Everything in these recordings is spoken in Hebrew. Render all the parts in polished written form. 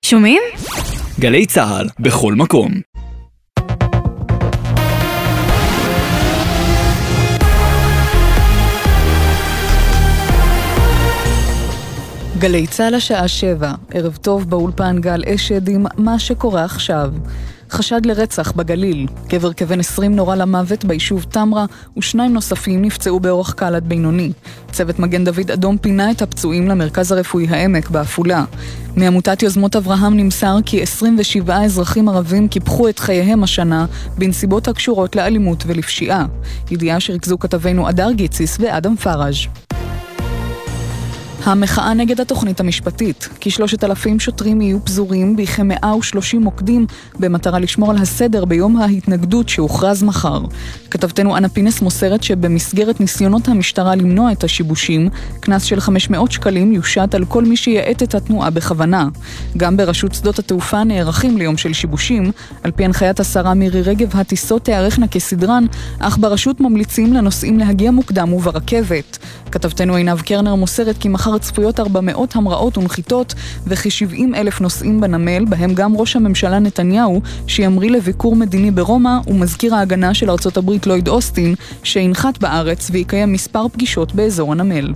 שומעים? גלי צהל בכל מקום. גלי צהל השעה 7, ערב טוב באולפן גל אשד עם מה שקורה עכשיו. חשד לרצח בגליל, גבר כבן 20 נורה למוות ביישוב תמרה ושניים נוספים נפצעו באורח קל עד בינוני. צוות מגן דוד אדום פינה את הפצועים למרכז הרפואי העמק באפולה. מעמותת יוזמות אברהם נמסר כי 27 אזרחים ערבים קיפחו את חייהם השנה בנסיבות הקשורות לאלימות ולפשיעה. ידיעה שריכזו כתבינו אדר גיציס ואדם פראז'. המחאה נגד התוכנית המשפטית, כ3,000 שוטרים יהיו פזורים בכ130 מוקדים במטרה לשמור על הסדר ביום ההתנגדות שהוכרז מחר. כתבתנו אנה פינס מוסרת שבמסגרת ניסיונות המשטרה למנוע את השיבושים, קנס של 500 שקלים יושת על כל מי שיעט את התנועה בכוונה. גם ברשות שדות התעופה נערכים ליום של שיבושים, על פי הנחיית השרה מירי רגב הטיסות תארכנה כסדרן, אך ברשות ממליצים לנוסעים להגיע מוקדם וברכבת. כתבתנו עינב קרנר מוסרת כי מחר צפויות 400 המראות ונחיתות וכ70,000 נוסעים בנמל, בהם גם ראש הממשלה נתניהו שימריא לביקור מדיני ברומא ומזכיר ההגנה של ארצות הברית לויד אוסטין שינחת בארץ ויקיים מספר פגישות באזור הנמל.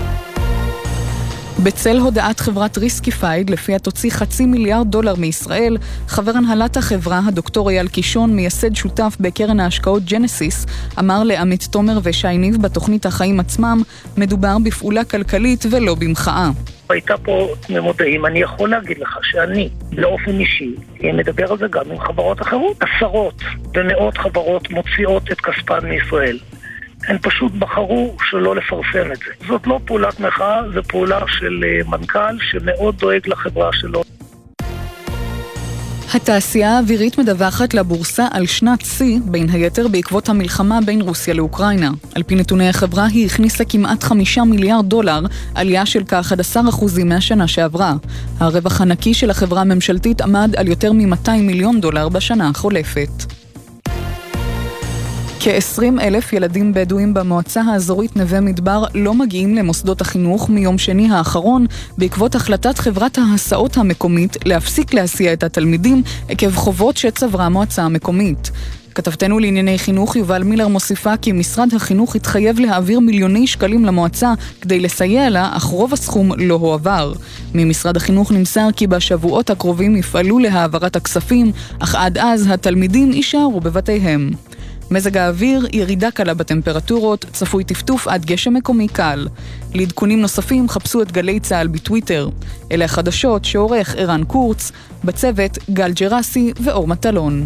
בצל הודעת חברת ריסקיפייד, לפיה תוציא $500 מיליארד מישראל, חבר הנהלת החברה, הדוקטור אייל קישון, מייסד שותף בקרן ההשקעות ג'נסיס, אמר לעמית תומר ושי ניב בתוכנית החיים עצמם, מדובר בפעולה כלכלית ולא במחאה. הייתה פה ממודעים, אני יכול להגיד לך שאני, באופן אישי, מדבר על זה גם עם חברות אחרות. עשרות ומאות חברות מוציאות את כספן מישראל. הם פשוט בחרו שלא לפרסם את זה. זאת לא פעולת מחאה, זו פעולה של מנכ"ל שמאוד דואג לחברה שלו. התעשייה האווירית מדווחת לבורסה על שנת C, בין היתר בעקבות המלחמה בין רוסיה לאוקראינה. על פי נתוני החברה היא הכניסה כמעט $5 מיליארד, עלייה של כ11% מהשנה שעברה. הרווח הנקי של החברה הממשלתית עמד על יותר $200 מיליון בשנה החולפת. כ-20,000 ילדים בדואים במועצה האזורית נווה מדבר לא מגיעים למוסדות החינוך מיום שני האחרון בעקבות החלטת חברת ההסעות המקומית להפסיק להסיע את התלמידים עקב חובות שצברה המועצה המקומית. כתבתנו לענייני חינוך יובל מילר מוסיפה כי משרד החינוך התחייב להעביר מיליוני שקלים למועצה כדי לסייע לה, אך רוב הסכום לא הועבר. ממשרד החינוך נמסר כי בשבועות הקרובים יפעלו להעברת הכספים, אך עד אז התלמידים יישארו בבתיהם. מזג האוויר, ירידה קלה בטמפרטורות, צפוי טפטוף עד גשם מקומי קל. לעדכונים נוספים חפשו את גלי צהל בטוויטר. אלה החדשות שעורך ערן קורץ, בצוות גל ג'רסי ואור מטלון.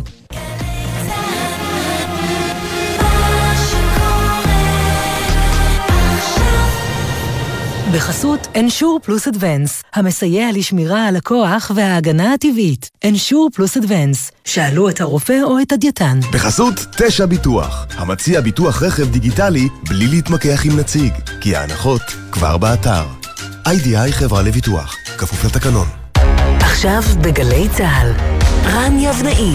בחסות אנשור פלוס אדוונס, המסייע לשמירה על הכוח וההגנה הטבעית. אנשור פלוס אדוונס, שאלו את הרופא או את הדייטן. בחסות 9 ביטוח, המציע ביטוח רכב דיגיטלי בלי להתמקח עם נציג, כי ההנחות כבר באתר. IDI חברה לביטוח, כפוף לתקנון. עכשיו בגלי צהל, רן יבנאי.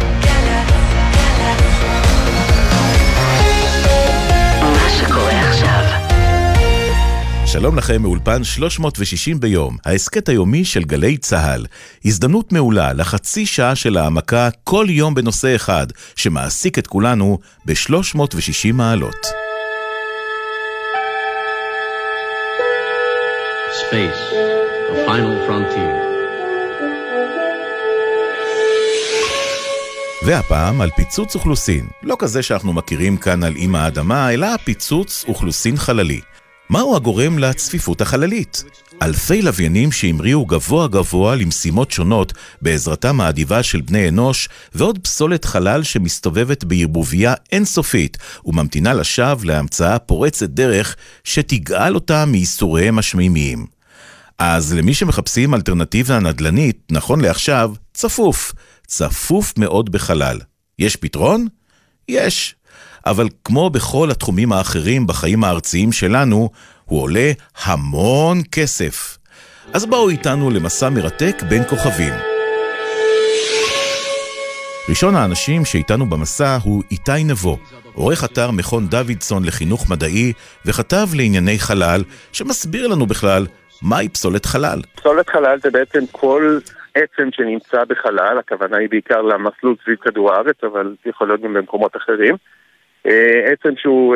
מה שקורה עכשיו. שלום לכם מאולפן 360 ביום, העסקת היומי של גלי צהל. הזדמנות מעולה לחצי שעה של העמקה כל יום בנושא אחד, שמעסיק את כולנו ב-360 מעלות. Space, the final frontier. והפעם על פיצוץ אוכלוסין. לא כזה שאנחנו מכירים כאן על אמא האדמה, אלא פיצוץ אוכלוסין חללי. מהו הגורם לצפיפות החללית? אלפי לוויינים שהמריאו גבוה גבוה למשימות שונות בעזרתם האדיבה של בני אנוש, ועוד פסולת חלל שמסתובבת בערבוביה אינסופית וממתינה לשווא להמצאה פורצת דרך שתגאל אותה מייסוריהם השמימיים. אז למי שמחפשים אלטרנטיבה נדל"נית, נכון לעכשיו, צפוף מאוד בחלל. יש פתרון? יש. אבל כמו בכל התחומים האחרים בחיים הארציים שלנו, הוא עולה המון כסף. אז באו איתנו למסע מרתק בין כוכבים. ראשון האנשים שאיתנו במסע הוא איתי נבו, עורך אתר מכון דוידסון לחינוך מדעי וכתב לענייני חלל, שמסביר לנו בכלל מהי פסולת חלל. פסולת חלל זה בעצם כל עצם שנמצא בחלל, הכוונה היא בעיקר למסלול סביב כדור הארץ, אבל יכול להיות גם במקומות אחרים. עצם שהוא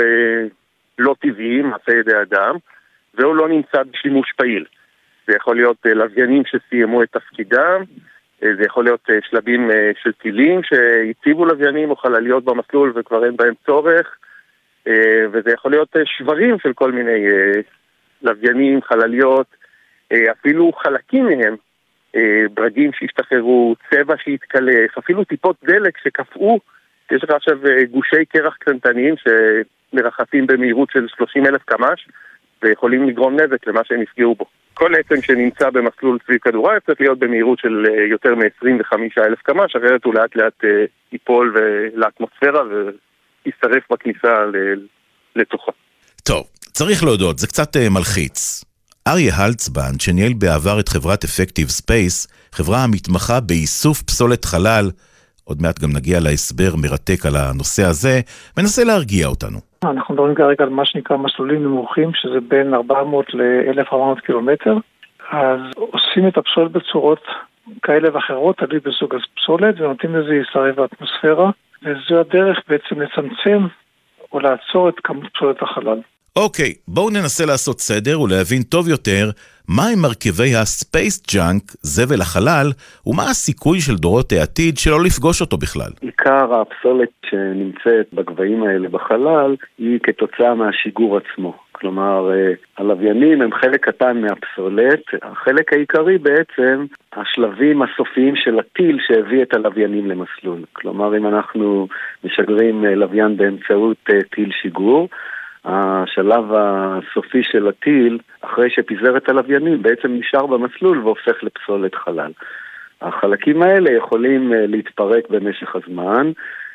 לא טבעי, מעשה ידי אדם, והוא לא נמצא בשימוש פעיל. זה יכול להיות לוויינים שסיימו את תפקידם, זה יכול להיות שלבים של טילים שהציבו לוויינים או חלליות במסלול וכבר אין בהם צורך, וזה יכול להיות שברים של כל מיני לוויינים, חלליות, אפילו חלקים מהם, ברגים שהשתחררו, צבע שהתקלף, אפילו טיפות דלק שקפאו. יש לך עכשיו גושי קרח קטנטניים שמרחפים במהירות של 30,000 קמ"ש ויכולים לגרום נזק למה שהם יפגעו בו. כל עצם שנמצא במסלול סביב כדור הארץ צריך להיות במהירות של יותר מ-25,000 קמ"ש, אחרת הוא לאט לאט ייפול לאטמוספירה וישרף בכניסה לתוכה. טוב, צריך להודות, זה קצת מלחיץ. אריה הלצבן, שניהל בעבר את חברת אפקטיב ספייס, חברה המתמחה באיסוף פסולת חלל, עוד מעט גם נגיע להסבר מרתק על הנושא הזה, מנסה להרגיע אותנו. אנחנו מדברים כרגע על מה שנקרא מסלולים נמוכים, שזה בין 400 ל-1,400 קילומטר, אז עושים את הפסולת בצורות כאלה ואחרות, תלוי בסוג הפסולת, ונותנים לזה להישרף באטמוספירה, וזו הדרך בעצם לצמצם או לעצור את כמות פסולת החלל. אוקיי, בואו ננסה לעשות סדר ולהבין טוב יותר מהם מרכיבי הספייס ג'אנק, זבל החלל, ומה הסיכוי של דורות העתיד שלא לפגוש אותו בכלל. עיקר הפסולת שנמצאת בגבהים האלה בחלל היא כתוצאה מהשיגור עצמו. כלומר, הלוויינים הם חלק קטן מהפסולת, החלק העיקרי בעצם השלבים הסופיים של הטיל שהביא את הלוויינים למסלול. כלומר, אם אנחנו משגרים לוויין באמצעות טיל שיגור, השלב הסופי של הטיל, אחרי שפיזר את הלוויינים, בעצם נשאר במסלול והופך לפסולת חלל. החלקים האלה יכולים להתפרק במשך הזמן,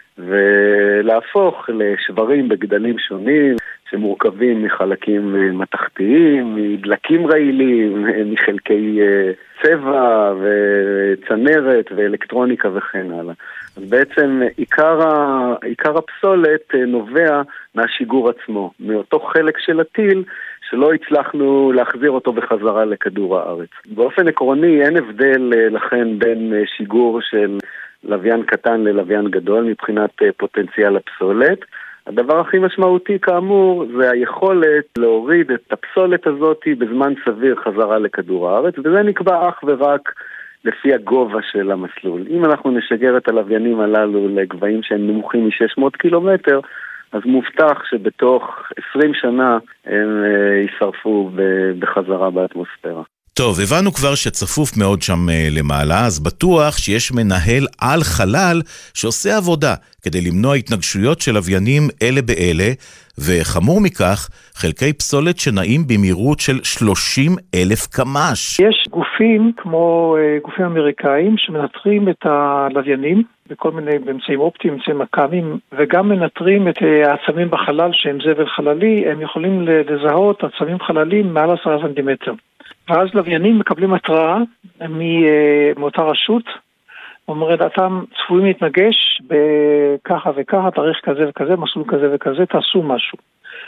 ולהפוך לשברים בגדלים שונים, שמורכבים מחלקים מתכתיים, מדלקים רעילים, מחלקי צבע וצנרת ואלקטרוניקה וכן הלאה. אז בעצם עיקר הפסולת נובע מהשיגור עצמו, מאותו חלק של הטיל שלא הצלחנו להחזיר אותו בחזרה לכדור הארץ. באופן עקרוני אין הבדל לכן בין שיגור של לוויין קטן ללוויין גדול מבחינת פוטנציאל הפסולת. הדבר הכי משמעותי כאמור זה היכולת להוריד את הפסולת הזאת בזמן סביר חזרה לכדור הארץ, וזה נקבע אך ורק לפי הגובה של המסלול. אם אנחנו נשגר את הלוויינים הללו לגבהים שהם נמוכים מ-600 קילומטר, אז מובטח שבתוך 20 שנה הם יישרפו בחזרה באטמוספירה. טוב, הבנו כבר שצפוף מאוד שם למעלה, אז בטוח שיש מנהל על חלל שעושה עבודה כדי למנוע התנגשויות של לוויינים אלה באלה, וחמור מכך, חלקי פסולת שנעים במהירות של 30,000 קמ"ש. יש גופים כמו גופים אמריקאים שמנטרים את הלוויינים בכל מיני באמצעים אופטיים, אמצעים מקאמים, וגם מנטרים את העצמים בחלל שהם זבל חללי, הם יכולים לזהות עצמים חללים מעל 10 סנטימטר. ואז לוויינים מקבלים התראה מאותה רשות, אומרת, אתם צפויים להתנגש בככה וככה, תאריך כזה וכזה, מסלול כזה וכזה, תעשו משהו.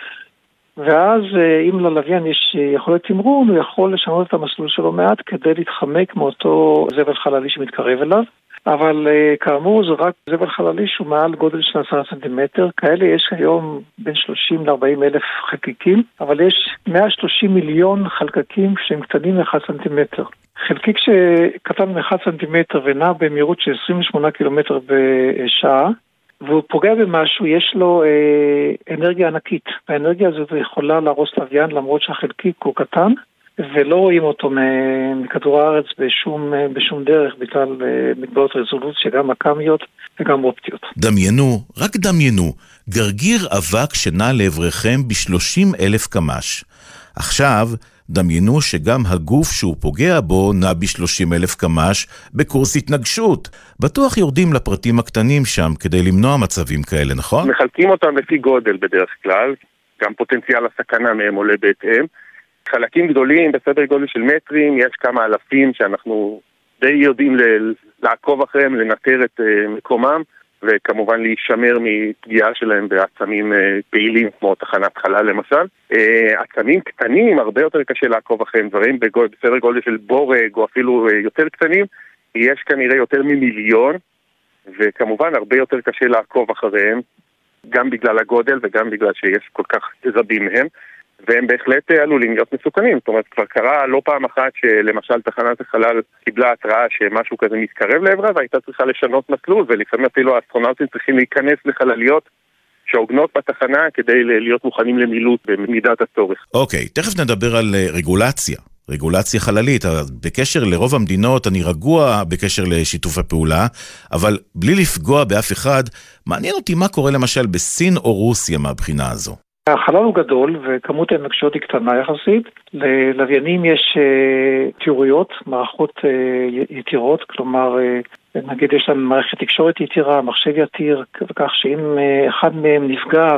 ואז אם ללוויין יש יכולת תמרון, הוא יכול לשנות את המסלול שלו מעט כדי להתחמק מאותו זבל חללי שמתקרב אליו. אבל כאמור זה רק זבל חללי שהוא מעל גודל של 10 סנטימטר, כאלה יש היום בין 30 ל-40 אלף חלקיקים, אבל יש 130 מיליון חלקיקים שהם קטנים מ-1 סנטימטר. חלקיק שקטן מ-1 סנטימטר ונע במהירות של 28 קילומטר בשעה, והוא פוגע במשהו, יש לו אנרגיה ענקית. האנרגיה הזאת יכולה להרוס לוויין למרות שהחלקיק הוא קטן, ולא רואים אותו מכדור הארץ בשום דרך, בגלל מגבלות רזולוציה, גם מקאמיות וגם אופטיות. דמיינו, רק דמיינו, גרגיר אבק שנע לעברכם ב-30,000 קמ"ש. עכשיו, דמיינו שגם הגוף שהוא פוגע בו נע ב-30,000 קמ"ש בקורס התנגשות. בטוח יורדים לפרטים הקטנים שם כדי למנוע מצבים כאלה, נכון? מחלקים אותם לפי גודל בדרך כלל, גם פוטנציאל הסכנה מהם עולה בהתאם. חלקים גדולים, בסדר גודל של מטרים, יש כמה אלפים שאנחנו די יודעים לעקוב אחריהם, לנטר את מקומם, וכמובן להישמר מפגיעה שלהם בעצמים פעילים, כמו תחנת חלל למשל. עצמים קטנים, הרבה יותר קשה לעקוב אחריהם, דברים בסדר גודל של בורג, או אפילו יותר קטנים, יש כנראה יותר ממיליון, וכמובן הרבה יותר קשה לעקוב אחריהם, גם בגלל הגודל וגם בגלל שיש כל כך רבים מהם, והם בהחלט עלולים להיות מסוכנים. זאת אומרת, כבר קרה לא פעם אחת שלמשל תחנת החלל קיבלה התראה שמשהו כזה מתקרב לעברה, והייתה צריכה לשנות מסלול, ולפעמים אפילו האסטרונאוטים צריכים להיכנס לחלליות שעוגנות בתחנה כדי להיות מוכנים למילוט במידת הצורך. אוקיי, תכף נדבר על רגולציה חללית. בקשר לרוב המדינות אני רגוע בקשר לשיתוף הפעולה, אבל בלי לפגוע באף אחד, מעניין אותי מה קורה למשל בסין או רוסיה מהבחינה הזו. החלל הוא גדול וכמות ההתנגשויות היא קטנה יחסית. ללוויינים יש תיאוריות, מערכות יתירות, כלומר נגיד יש להם מערכת תקשורת יתירה, מחשב יתיר, וכך שאם אחד מהם נפגע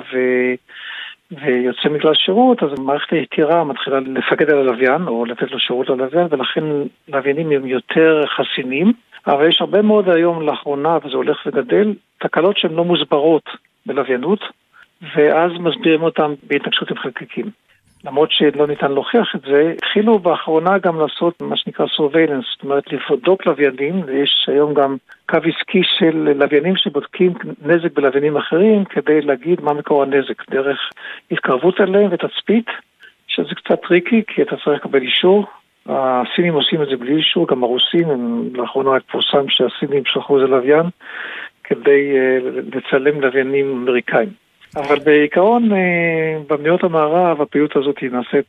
ויוצא מכלל שירות, אז המערכת היתירה מתחילה לפקד על הלוויין או לתת לו שירות ללוויין, ולכן לוויינים הם יותר חסינים. אבל יש הרבה מאוד היום לאחרונה, וזה הולך וגדל, תקלות שהן לא מוסברות בלוויינות, ואז מסבירים אותם בהתנגשות עם חלקיקים. למרות שלא ניתן להוכיח את זה, התחילו באחרונה גם לעשות מה שנקרא surveillance, זאת אומרת לבדוק לוויינים, ויש היום גם קו עסקי של לוויינים שבודקים נזק בלוויינים אחרים, כדי להגיד מה מקור הנזק, דרך התקרבות אליהם ותצפית, שזה קצת טריקי, כי אתה צריך לקבל אישור. הסינים עושים את זה בלי אישור, גם הרוסים, לאחרונה רק פורסם שהסינים שלחו איזה לוויין, כדי לצלם לוויינים אמריקאים. אבל בעיקרון, במדינות המערב, הפעילות הזאת נעשית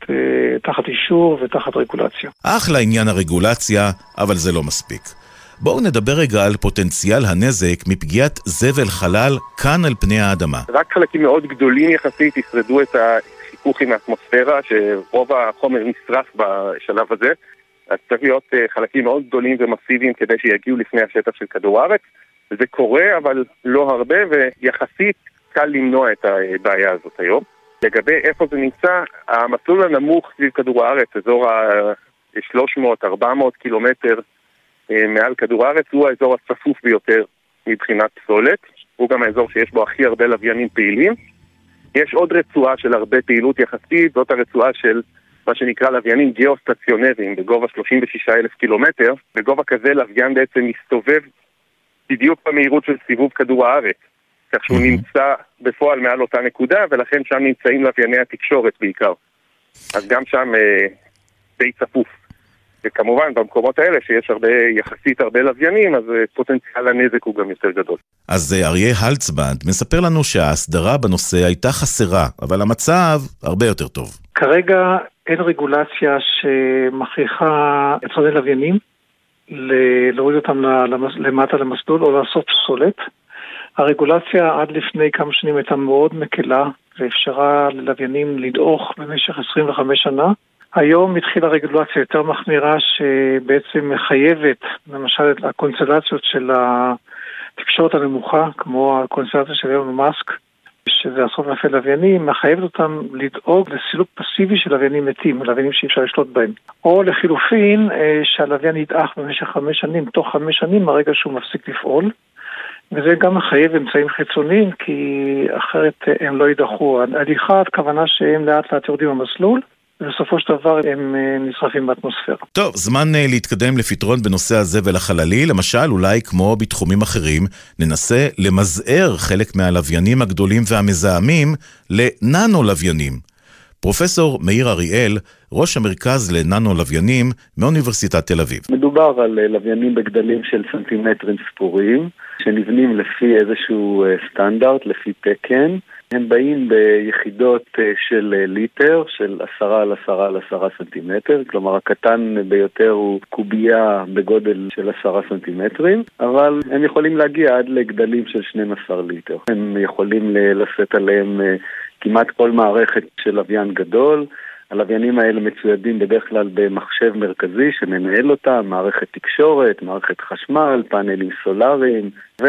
תחת אישור ותחת רגולציה. אחלה עניין הרגולציה, אבל זה לא מספיק. בואו נדבר רגע על פוטנציאל הנזק מפגיעת זבל חלל כאן על פני האדמה. רק חלקים מאוד גדולים יחסית ישרדו את החיכוך עם האטמוספירה, שרוב החומר נשרף בשלב הזה. אז צריך להיות חלקים מאוד גדולים ומסיביים כדי שיגיעו לפני השטח של כדור הארץ. זה קורה, אבל לא הרבה, ויחסית קל למנוע את הבעיה הזאת היום. לגבי איפה זה נמצא, המסלול הנמוך סביב כדור הארץ, אזור ה-300-400 קילומטר מעל כדור הארץ, הוא האזור הצפוף ביותר מבחינת פסולת. הוא גם האזור שיש בו הכי הרבה לוויינים פעילים. יש עוד רצועה של הרבה פעילות יחסית, זאת הרצועה של מה שנקרא לוויינים גיאוסטציונריים, בגובה 36,000 קילומטר. בגובה כזה לוויין בעצם מסתובב בדיוק במהירות של סיבוב כדור הארץ. כך שהוא נמצא בפועל מעל אותה נקודה, ולכן שם נמצאים לווייני התקשורת בעיקר. אז גם שם די צפוף. וכמובן, במקומות האלה שיש יחסית הרבה לוויינים, אז פוטנציאל הנזק הוא גם יותר גדול. אז אריה הלצבנד מספר לנו שההסדרה בנושא הייתה חסרה, אבל המצב הרבה יותר טוב. כרגע אין רגולציה שמכריחה יצרני לוויינים להוריד אותם למטה למסלול או לאסוף פסולת. הרגולציה עד לפני כמה שנים הייתה מאוד מקלה, ואפשרה ללוויינים לדעוך במשך 25 שנה. היום התחילה רגולציה יותר מחמירה שבעצם מחייבת, למשל, הקונסטלציות של התקשורת הנמוכה, כמו הקונסטלציה של אילון מאסק, שזה עשרות אלפי לוויינים, מחייבת אותם לדאוג לסילוק פסיבי של לוויינים מתים, לוויינים שאי אפשר לשלוט בהם. או לחילופין, שהלוויין ידעך במשך 5 שנים, תוך 5 שנים, הרגע שהוא מפסיק לפעול, וזה גם מחייב אמצעים חיצוניים, כי אחרת הם לא ידחו. הליכה, הכוונה שהם לאט לאט יורדים במסלול, ובסופו של דבר הם נשרפים באטמוספירה. טוב, זמן להתקדם לפתרון בנושא הזבל החללי, למשל אולי כמו בתחומים אחרים, ננסה למזער חלק מהלוויינים הגדולים והמזהמים לננו לוויינים. פרופסור מאיר אריאל, ראש המרכז לננו לוויינים מאוניברסיטת תל אביב. מדובר על לוויינים בגדלים של סנטימטרים ספורים, שנבנים לפי איזשהו סטנדרט, לפי תקן. הם באים ביחידות של ליטר, של 10 על 10 על 10 סנטימטר, כלומר הקטן ביותר הוא קובייה בגודל של 10 סנטימטרים, אבל הם יכולים להגיע עד לגדלים של 12 ליטר. הם יכולים לשאת עליהם כמעט כל מערכת של לוויין גדול. הלוויינים האלה מצוידים בדרך כלל במחשב מרכזי שמנהל אותם, מערכת תקשורת, מערכת חשמל, פאנלים סולאריים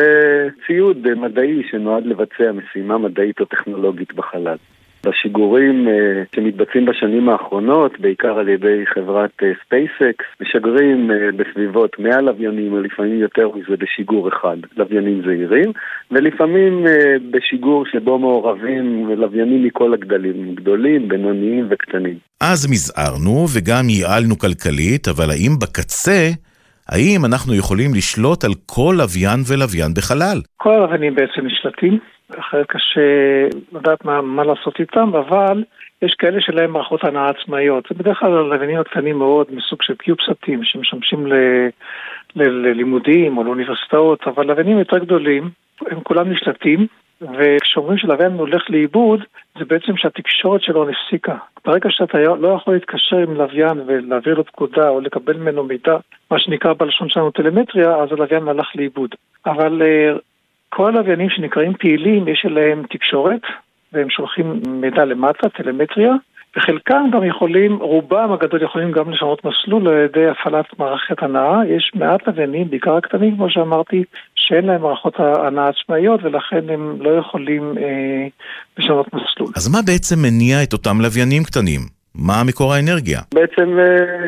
וציוד מדעי שנועד לבצע משימה מדעית או טכנולוגית בחלל. בשיגורים שמתבצעים בשנים האחרונות, בעיקר על ידי חברת SpaceX, משגרים בסביבות 100 לוויינים, או לפעמים יותר מזה בשיגור אחד, לוויינים זעירים, ולפעמים בשיגור שבו מעורבים לוויינים מכל הגדלים, גדולים, בינוניים וקטנים. אז מזערנו וגם ייעלנו כלכלית, אבל האם בקצה האם אנחנו יכולים לשלוט על כל לוויין ולוויין בחלל? כל הלוויינים בעצם נשלטים, אחרת קשה לדעת מה לעשות איתם, אבל יש כאלה שלהם מערכות הנעה עצמאיות. זה בדרך כלל הלוויינים הקטנים מאוד, מסוג של קיובסטים, שמשמשים ללימודים או לאוניברסיטאות, אבל לוויינים יותר גדולים, הם כולם נשלטים, וכשאומרים שלוויין הולך לאיבוד, זה בעצם שהתקשורת שלו נפסיקה. ברגע שאתה לא יכול להתקשר עם לוויין ולהעביר לו פקודה או לקבל ממנו מידע, מה שנקרא בלשון שלנו טלמטריה, אז הלוויין הלך לאיבוד. אבל כל הלוויינים שנקראים פעילים, יש אליהם תקשורת, והם שולחים מידע למטה, טלמטריה, וחלקם גם יכולים, רובם הגדול יכולים גם לשנות מסלול על ידי הפעלת מערכת הנעה. יש מעט לוויינים, בעיקר הקטנים, כמו שאמרתי, שאין להם מערכות הנעה עצמאיות, ולכן הם לא יכולים לשנות מסלול. אז מה בעצם מניע את אותם לוויינים קטנים? מה מקור האנרגיה? בעצם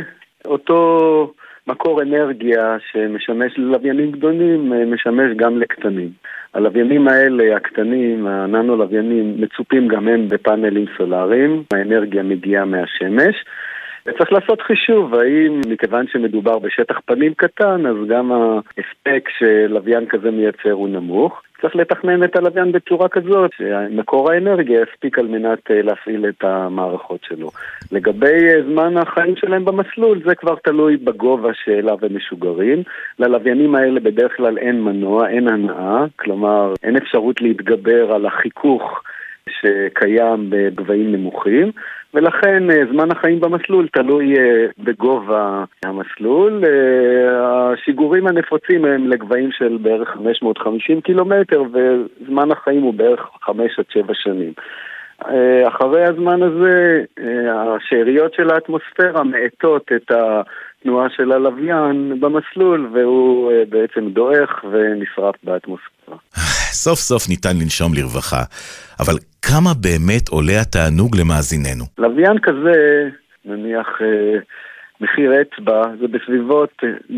אותו מקור אנרגיה שמשמש ללוויינים גדולים, משמש גם לקטנים. הלוויינים האלה, הקטנים, הננו-לוויינים, מצופים גם הם בפאנלים סולאריים, האנרגיה מגיעה מהשמש, וצריך לעשות חישוב, האם מכיוון שמדובר בשטח פנים קטן, אז גם ההספק שלוויין כזה מייצר הוא נמוך. צריך לתכנן את הלוויין בצורה כזאת, שמקור האנרגיה יספיק על מנת להפעיל את המערכות שלו. לגבי זמן החיים שלהם במסלול, זה כבר תלוי בגובה שאליו הם משוגרים. ללוויינים האלה בדרך כלל אין מנוע, אין הנעה, כלומר אין אפשרות להתגבר על החיכוך שקיים בגבהים נמוכים, ולכן זמן החיים במסלול תלוי בגובה המסלול. השיגורים הנפוצים הם לגבהים של בערך 550 קילומטר, וזמן החיים הוא בערך 5 עד 7 שנים. אחרי הזמן הזה, השאריות של האטמוספירה מאטות את התנועה של הלוויין במסלול, והוא בעצם דועך ונשרף באטמוספירה. סוף סוף ניתן לנשום לרווחה, אבל כמה באמת עולה התענוג למאזיננו? לוויין כזה, נניח מחיר אצבע, זה בסביבות $1,000,000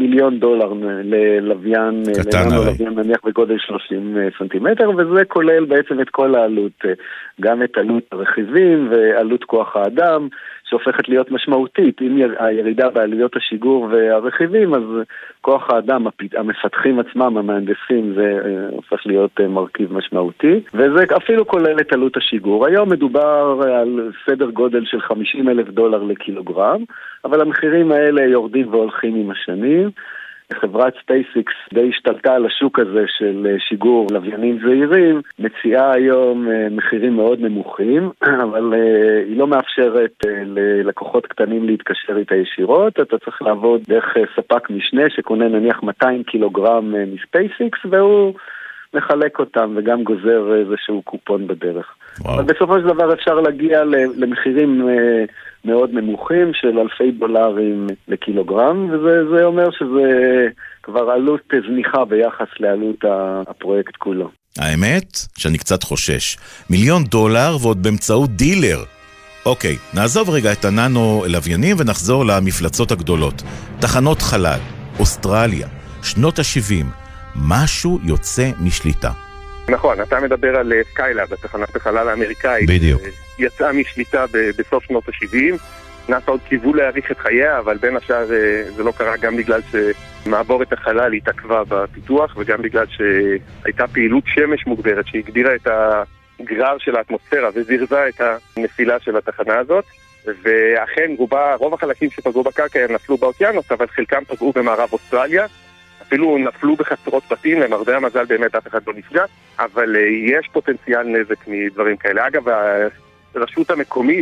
ללוויין, לוויין נניח בגודל 30 סנטימטר, וזה כולל בעצם את כל העלות, גם את עלות הרכיבים ועלות כוח האדם, שהופכת להיות משמעותית. אם הירידה בעלויות השיגור והרכיבים, אז כוח האדם, המפתחים עצמם, המהנדסים, זה הופך להיות מרכיב משמעותי, וזה אפילו כולל את עלות השיגור. היום מדובר על סדר גודל של $50,000 לקילוגרם, אבל המחירים האלה יורדים והולכים עם השנים. חברת ספייסיקס די השתלטה על השוק הזה של שיגור לוויינים זעירים, מציעה היום מחירים מאוד נמוכים, אבל היא לא מאפשרת ללקוחות קטנים להתקשר איתה ישירות. אתה צריך לעבוד דרך ספק משנה שקונה נניח 200 קילוגרם מספייסיקס, והוא מחלק אותם וגם גוזר איזשהו קופון בדרך. אבל בסופו של דבר אפשר להגיע למחירים מאוד נמוכים של $1,000 לקילוגרם, וזה אומר שזה כבר עלות זניחה ביחס לעלות הפרויקט כולו. האמת שאני קצת חושש. $1,000,000 ועוד באמצעות דילר. אוקיי, נעזוב רגע את הננו לוויינים ונחזור למפלצות הגדולות. תחנות חלל, אוסטרליה, שנות ה-70. משהו יוצא משליטה. נכון, אתה מדבר על סקיילאב, התחנת החלל האמריקאית. בדיוק. יצאה משליטה בסוף שנות ה-70. נאס"א עוד קיוו להאריך את חייה, אבל בין השאר זה לא קרה גם בגלל שמעבורת החלל התעכבה בפיתוח, וגם בגלל שהייתה פעילות שמש מוגברת שהגדירה את הגרר של האטמוספירה וזירזה את הנפילה של התחנה הזאת. ואכן רוב החלקים שפגעו בקרקע נפלו באוקיינוס, אבל חלקם פגעו במערב אוסטרליה. אפילו נפלו בחצרות בתים, למרבה המזל באמת אף אחד לא נפגע, אבל יש פוטנציאל נזק מדברים כאלה. אגב, הרשות המקומית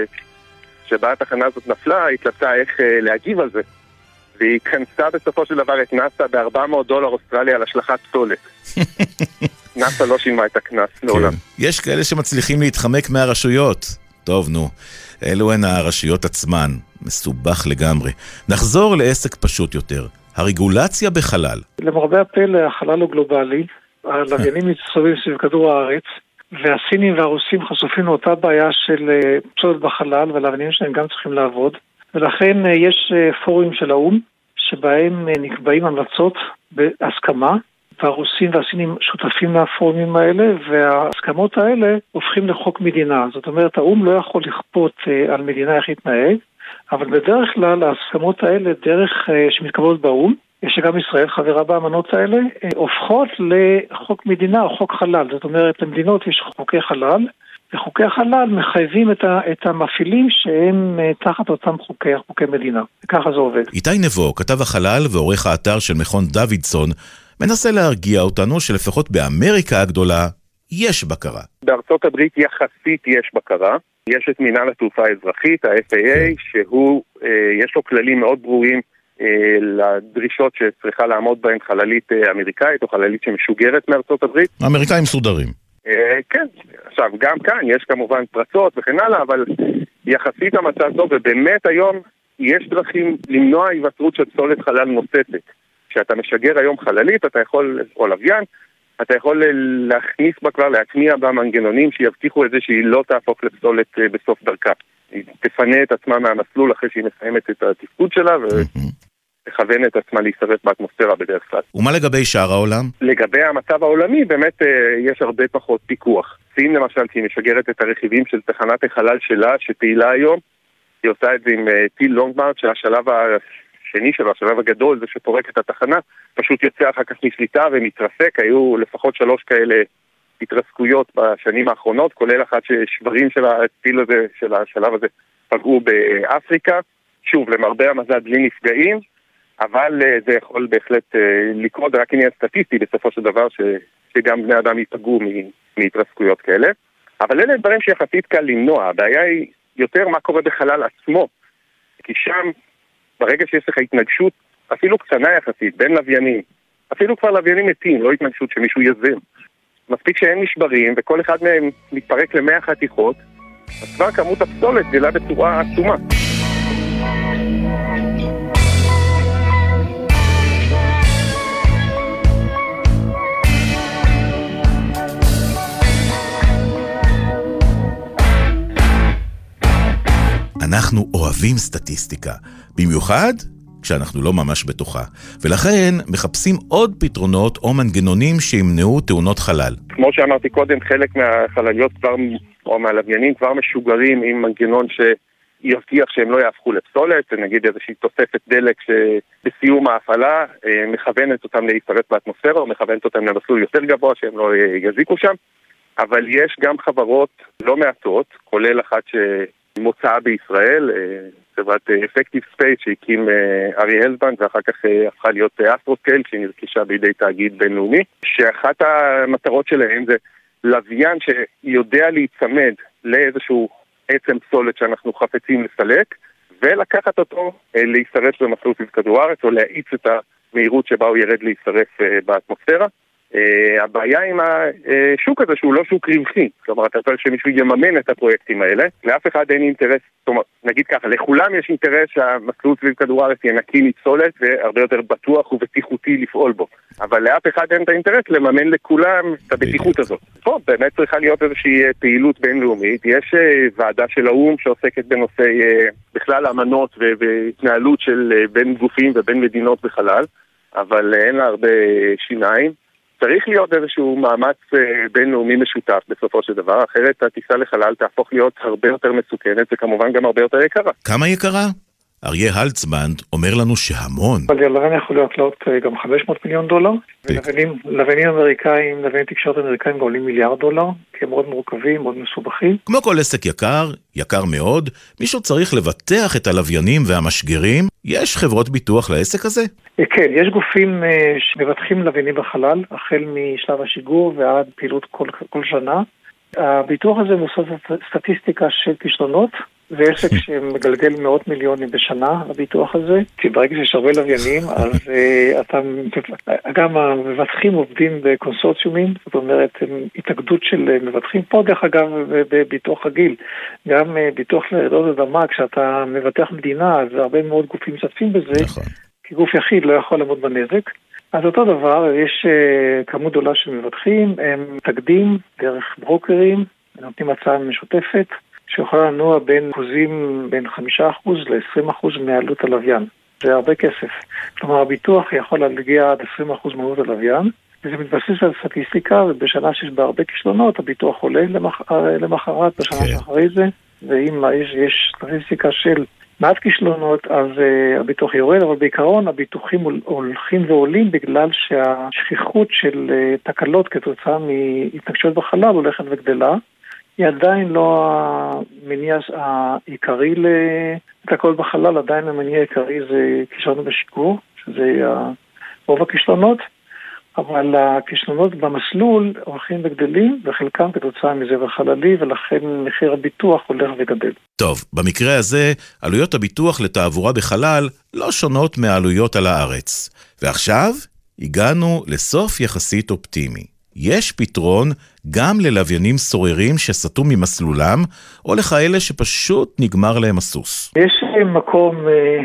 שבה התחנה הזאת נפלה, התלבטה איך להגיב על זה, והיא כנסה בסופו של דבר את נאס"א $400 אוסטרליה על השלכת פסולת. נאס"א לא שילמה את הכנס לעולם. יש כאלה שמצליחים להתחמק מהרשויות. טוב, נו, אלו הן הרשויות עצמן, מסובך לגמרי. נחזור לעסק פשוט יותר. הרגולציה בחלל. למרבה הפלא, החלל הוא גלובלי, הלוויינים מסתובבים סביב כדור הארץ, והסינים והרוסים חשופים לאותה בעיה של פסולת בחלל, והלוויינים שלהם גם צריכים לעבוד, ולכן יש פורומים של האו"ם, שבהם נקבעים המלצות בהסכמה, והרוסים והסינים שותפים לפורומים האלה, וההסכמות האלה הופכים לחוק מדינה. זאת אומרת, האו"ם לא יכול לכפות על מדינה איך להתנהג, אבל בדרך כלל ההסכמות האלה, דרך שמתקבלות באו"ם, שגם ישראל חברה באמנות האלה, הופכות לחוק מדינה או חוק חלל. זאת אומרת, למדינות יש חוקי חלל, וחוקי החלל מחייבים את המפעילים שהם תחת אותם חוקי מדינה. וככה זה עובד. איתי נבו, כתב החלל ועורך האתר של מכון דוידסון, מנסה להרגיע אותנו שלפחות באמריקה הגדולה יש בקרה. בארצות הברית יחסית יש בקרה. יש את מינהל התעופה האזרחית, ה-FAA, שהוא, יש לו כללים מאוד ברורים לדרישות שצריכה לעמוד בהן חללית אמריקאית או חללית שמשוגרת מארצות הברית. האמריקאים מסודרים. כן, עכשיו גם כאן יש כמובן פרצות וכן הלאה, אבל יחסית המצב טוב, ובאמת היום יש דרכים למנוע היווצרות של פסולת חלל נוספת. כשאתה משגר היום חללית, אתה יכול, או לוויין, אתה יכול להכניס בה כבר, להטמיע בה מנגנונים שיבטיחו את זה שהיא לא תהפוך לפסולת בסוף דרכה. היא תפנה את עצמה מהמסלול אחרי שהיא מסיימת את התפקוד שלה ותכוון את עצמה להישרף באטמוספירה בדרך כלל. ומה לגבי שאר העולם? לגבי המצב העולמי באמת יש הרבה פחות פיקוח. סין למשל, שהיא משגרת את הרכיבים של תחנת החלל שלה שפעילה היום, היא עושה את זה עם טיל לונגמרץ' שהשלב השני שלו, השלב הגדול זה שפורק את התחנה, פשוט יוצא אחר כך משליטה ומתרסק. היו לפחות 3 כאלה התרסקויות בשנים האחרונות, כולל אחת ששברים של הטיל הזה, של השלב הזה, פגעו באפריקה. שוב, למרבה המזל בלי נפגעים, אבל זה יכול בהחלט לקרות, רק עניין סטטיסטי בסופו של דבר, שגם בני אדם ייפגעו מהתרסקויות כאלה. אבל אלה דברים שיחסית קל למנוע. הבעיה היא יותר מה קורה בחלל עצמו, כי שם ברגע שיש לך התנגשות, אפילו קטנה יחסית, בין לוויינים, אפילו כבר לוויינים מתים, לא התנגשות שמישהו יזם. מספיק שאין משברים, וכל אחד מהם מתפרק ל100 חתיכות, אז כבר כמות הפסולת גדלה בצורה עצומה. אנחנו אוהבים סטטיסטיקה, במיוחד כשאנחנו לא ממש בתוכה, ולכן מחפשים עוד פתרונות או מנגנונים שימנעו תאונות חלל. כמו שאמרתי קודם, חלק מהחלליות כבר, או מהלוויינים כבר משוגרים עם מנגנון שיבטיח שהם לא יהפכו לפסולת, נגיד איזושהי תוספת דלק שבסיום ההפעלה מכוונת אותם להישרף באטמוספירה, או מכוונת אותם למסלול יותר גבוה שהם לא יזיקו שם, אבל יש גם חברות לא מעטות, כולל אחת מוצאה בישראל, חברת Effective Space שהקים ארי הלזבנד ואחר כך הפכה להיות אסטרוסקייל שהיא נרכשה בידי תאגיד בינלאומי, שאחת המטרות שלהם זה לוויין שיודע להיצמד לאיזשהו עצם פסולת שאנחנו חפצים לסלק ולקחת אותו להישרף במסלול סביב כדור הארץ או להאיץ את המהירות שבה הוא ירד להישרף באטמוספירה. הבעיה עם השוק הזה שהוא לא שוק רווחי, כלומר אתה צריך שמישהו יממן את הפרויקטים האלה, לאף אחד אין אינטרס, נגיד ככה, לכולם יש אינטרס שהמסלול סביב כדור הארץ יהיה נקי מפסולת והרבה יותר בטוח ובטיחותי לפעול בו, אבל לאף אחד אין את האינטרס לממן לכולם את הבטיחות הזאת. פה באמת צריכה להיות איזושהי פעילות בינלאומית, יש ועדה של האו"ם שעוסקת בנושא בכלל אמנות והתנהלות של בין גופים ובין מדינות בחלל, אבל אין לה הרבה שיניים. צריך להיות איזשהו מאמץ בינלאומי משותף בסופו של דבר, אחרת הטיסה לחלל תהפוך להיות הרבה יותר מסוכנת וכמובן גם הרבה יותר יקרה. כמה יקרה? אריה הלצבנד אומר לנו שהמון. לוויין יכול להיות גם $500 מיליון, לוויינים אמריקאים, לווייני תקשורת אמריקאים עולים $1 מיליארד, כי הם מאוד מורכבים, מאוד מסובכים. כמו כל עסק יקר, יקר מאוד, מישהו צריך לבטח את הלוויינים והמשגרים. יש חברות ביטוח לעסק הזה? כן, יש גופים שמבטחים לוויינים בחלל, החל משלב השיגור ועד פעילות כל שנה. הביטוח הזה מוסד סטטיסטיקה של כישלונות, זה עסק שמגלגל מאות מיליונים בשנה, הביטוח הזה, כי ברגע שיש הרבה לוויינים, אז גם המבטחים עובדים בקונסורציומים, זאת אומרת, התאגדות של מבטחים פה, דרך אגב, בביטוח רגיל, גם ביטוח לרעידות אדמה, כשאתה מבטח מדינה, אז הרבה מאוד גופים משתתפים בזה, כי גוף יחיד לא יכול לעמוד בנזק. אז אותו דבר, יש כמות גדולה של מבטחים, הם מתאגדים דרך ברוקרים, נותנים הצעה משותפת, שיכולה לנוע בין אחוזים, בין 5% ל-20% מעלות הלוויין. זה הרבה כסף. כלומר, הביטוח יכול להגיע עד 20% מעלות הלוויין, וזה מתבסס על סטטיסטיקה, ובשנה שיש בה הרבה כישלונות, הביטוח עולה למחרת בשנה שאחרי זה, ואם יש סטטיסטיקה של מעט כישלונות, אז הביטוח יורד, אבל בעיקרון הביטוחים הולכים ועולים בגלל שהשכיחות של תקלות כתוצאה מהתנגשויות בחלל הולכת וגדלה. היא עדיין לא המניע העיקרי לתקלות בחלל, עדיין המניע העיקרי זה כישלונות בשיגור, שזה רוב הכישלונות, אבל הכישלונות במסלול הולכים וגדלים, וחלקם כתוצאה מזבל חללי, ולכן מחיר הביטוח הולך וגדל. טוב, במקרה הזה, עלויות הביטוח לתעבורה בחלל לא שונות מהעלויות על הארץ. ועכשיו הגענו לסוף יחסית אופטימי. יש פתרון גם ללוויינים סוררים שסטו ממסלולם, או לכאלה שפשוט נגמר להם הסוס. יש מקום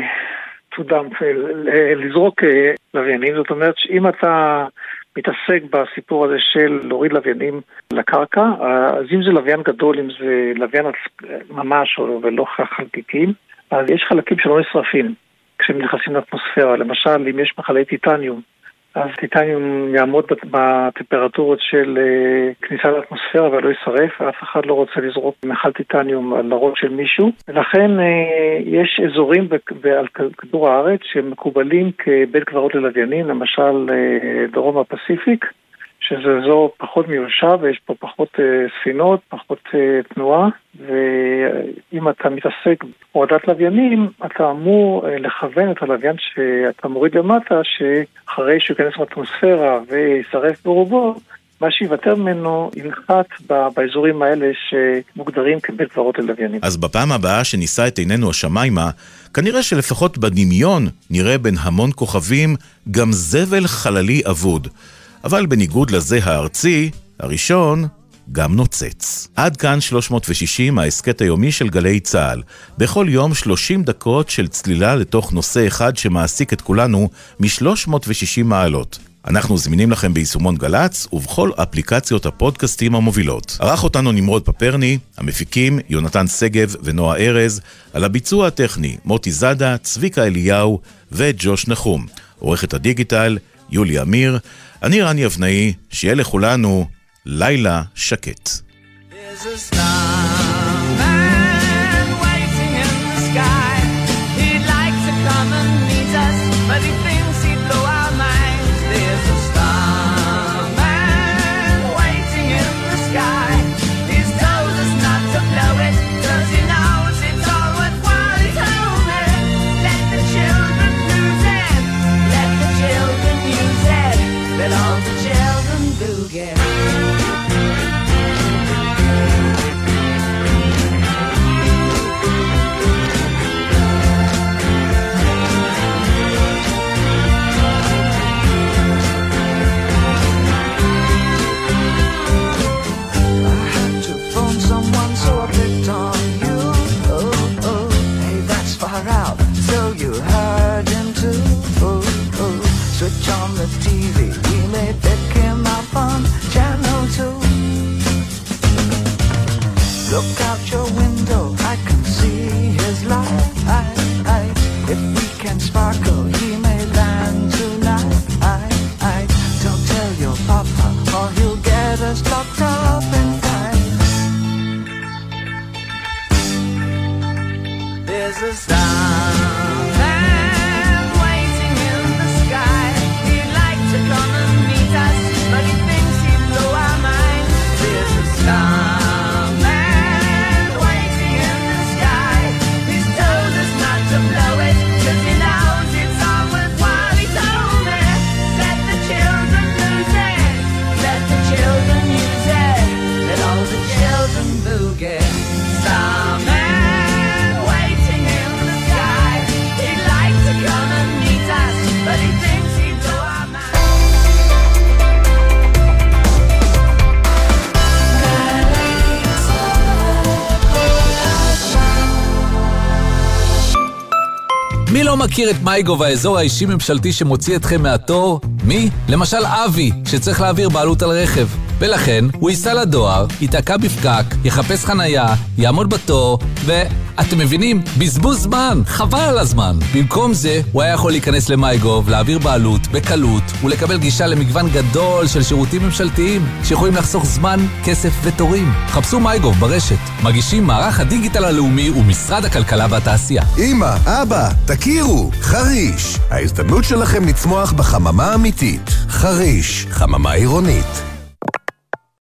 לזרוק לוויינים, זאת אומרת שאם אתה מתעסק בסיפור הזה של להוריד לוויינים לקרקע, אז אם זה לוויין גדול, אם זה לוויין ממש ולא חלקיקים, אז יש חלקים שלא נשרפים כשהם נכנסים לאטמוספירה. למשל, אם יש מחלי טיטניום, אז טיטניום יעמוד בטמפרטורות של כניסה לאטמוספירה ולא יישרף, אף אחד לא רוצה לזרוק מכל טיטניום על הראש של מישהו, ולכן יש אזורים על כדור הארץ שמקובלים כבית קברות ללוויינים, למשל דרום הפסיפיק, שזה אזור פחות מיושב ויש פה פחות ספינות, פחות תנועה, ואם אתה מתעסק בהורדת לוויינים, אתה אמור לכוון את הלוויין שאתה מוריד למטה, שאחרי שהוא ייכנס לאטמוספירה וישרף ברובו, מה שיוותר ממנו ינחת באזורים האלה שמוגדרים כבית קברות ללוויינים. אז בפעם הבאה שניסה את עינינו השמיימה, כנראה שלפחות בדמיון נראה בין המון כוכבים גם זבל חללי אבוד. אבל בניגוד לזה הארצי, הראשון גם נוצץ. עד כאן 360, העסקת היומי של גלי צהל. בכל יום 30 דקות של צלילה לתוך נושא אחד שמעסיק את כולנו מ-360 מעלות. אנחנו זמינים לכם ביישומון גלץ ובכל אפליקציות הפודקאסטים המובילות. ערך אותנו נמרוד פפרני, המפיקים יונתן סגב ונועה ארז, על הביצוע הטכני מוטי זדה, צביקה אליהו וג'וש נחום. עורכת הדיגיטל יולי אמיר. אני רני אבנאי, שיהיה לכולנו לילה שקט. Look out your window, I can see his light. If we can sparkle, he may land tonight. Don't tell your papa, or he'll get us locked up in time. There's a starman waiting in the sky. He'd like to come and meet us, but he thinks he'd blow our minds. There's a starman מי לא מכיר את מייגו והאזור האישי ממשלתי שמוציא אתכם מהתור? מי? למשל אבי, שצריך להעביר בעלות על רכב. ולכן הוא ייסע לדואר, ייתקע בפקק, יחפש חנייה, יעמוד בתור, ואתם מבינים? בזבוז זמן, חבל על הזמן. במקום זה, הוא היה יכול להיכנס למייגוב, להעביר בעלות, בקלות, ולקבל גישה למגוון גדול של שירותים ממשלתיים, שיכולים לחסוך זמן, כסף ותורים. חפשו מייגוב ברשת. מגישים מערך הדיגיטל הלאומי ומשרד הכלכלה והתעשייה. אמא, אבא, תכירו, חריש. ההזדמנות שלכם לצמוח בחממה אמיתית. חריש, חממה עירונית.